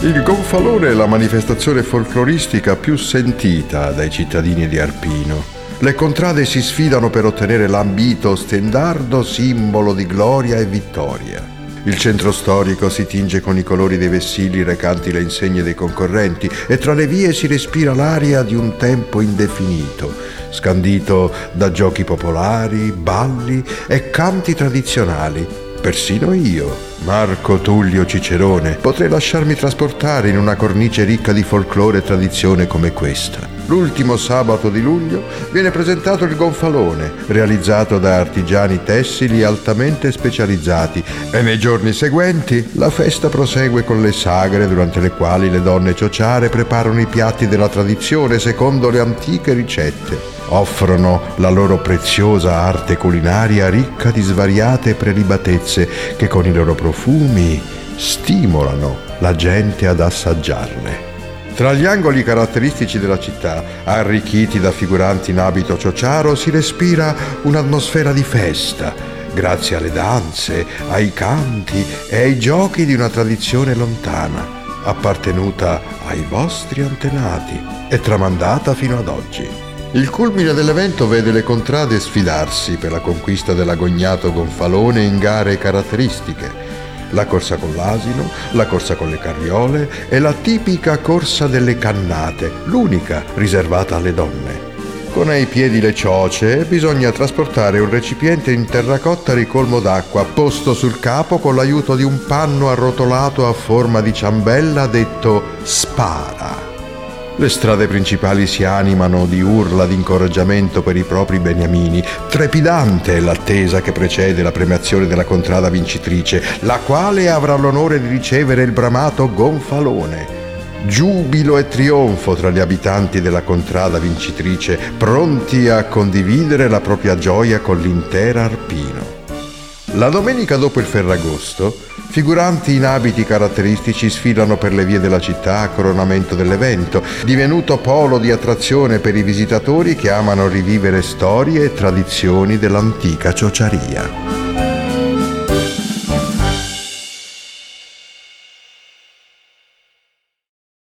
Il gonfalone è la manifestazione folcloristica più sentita dai cittadini di Arpino. Le contrade si sfidano per ottenere l'ambito stendardo simbolo di gloria e vittoria. Il centro storico si tinge con i colori dei vessilli recanti le insegne dei concorrenti e tra le vie si respira l'aria di un tempo indefinito, scandito da giochi popolari, balli e canti tradizionali. Persino io, Marco Tullio Cicerone, potrei lasciarmi trasportare in una cornice ricca di folklore e tradizione come questa. L'ultimo sabato di luglio viene presentato il gonfalone, realizzato da artigiani tessili altamente specializzati, e nei giorni seguenti la festa prosegue con le sagre, durante le quali le donne ciociare preparano i piatti della tradizione secondo le antiche ricette. Offrono la loro preziosa arte culinaria ricca di svariate prelibatezze che con i loro profumi stimolano la gente ad assaggiarle. Tra gli angoli caratteristici della città, arricchiti da figuranti in abito ciociaro, si respira un'atmosfera di festa, grazie alle danze, ai canti e ai giochi di una tradizione lontana, appartenuta ai vostri antenati e tramandata fino ad oggi. Il culmine dell'evento vede le contrade sfidarsi per la conquista dell'agognato gonfalone in gare caratteristiche. La corsa con l'asino, la corsa con le carriole e la tipica corsa delle cannate, l'unica riservata alle donne. Con ai piedi le cioce bisogna trasportare un recipiente in terracotta ricolmo d'acqua posto sul capo con l'aiuto di un panno arrotolato a forma di ciambella detto spara. Le strade principali si animano di urla di incoraggiamento per i propri beniamini. Trepidante è l'attesa che precede la premiazione della contrada vincitrice, la quale avrà l'onore di ricevere il bramato gonfalone. Giubilo e trionfo tra gli abitanti della contrada vincitrice, pronti a condividere la propria gioia con l'intera Arpino. La domenica dopo il Ferragosto, figuranti in abiti caratteristici sfilano per le vie della città a coronamento dell'evento, divenuto polo di attrazione per i visitatori che amano rivivere storie e tradizioni dell'antica ciociaria.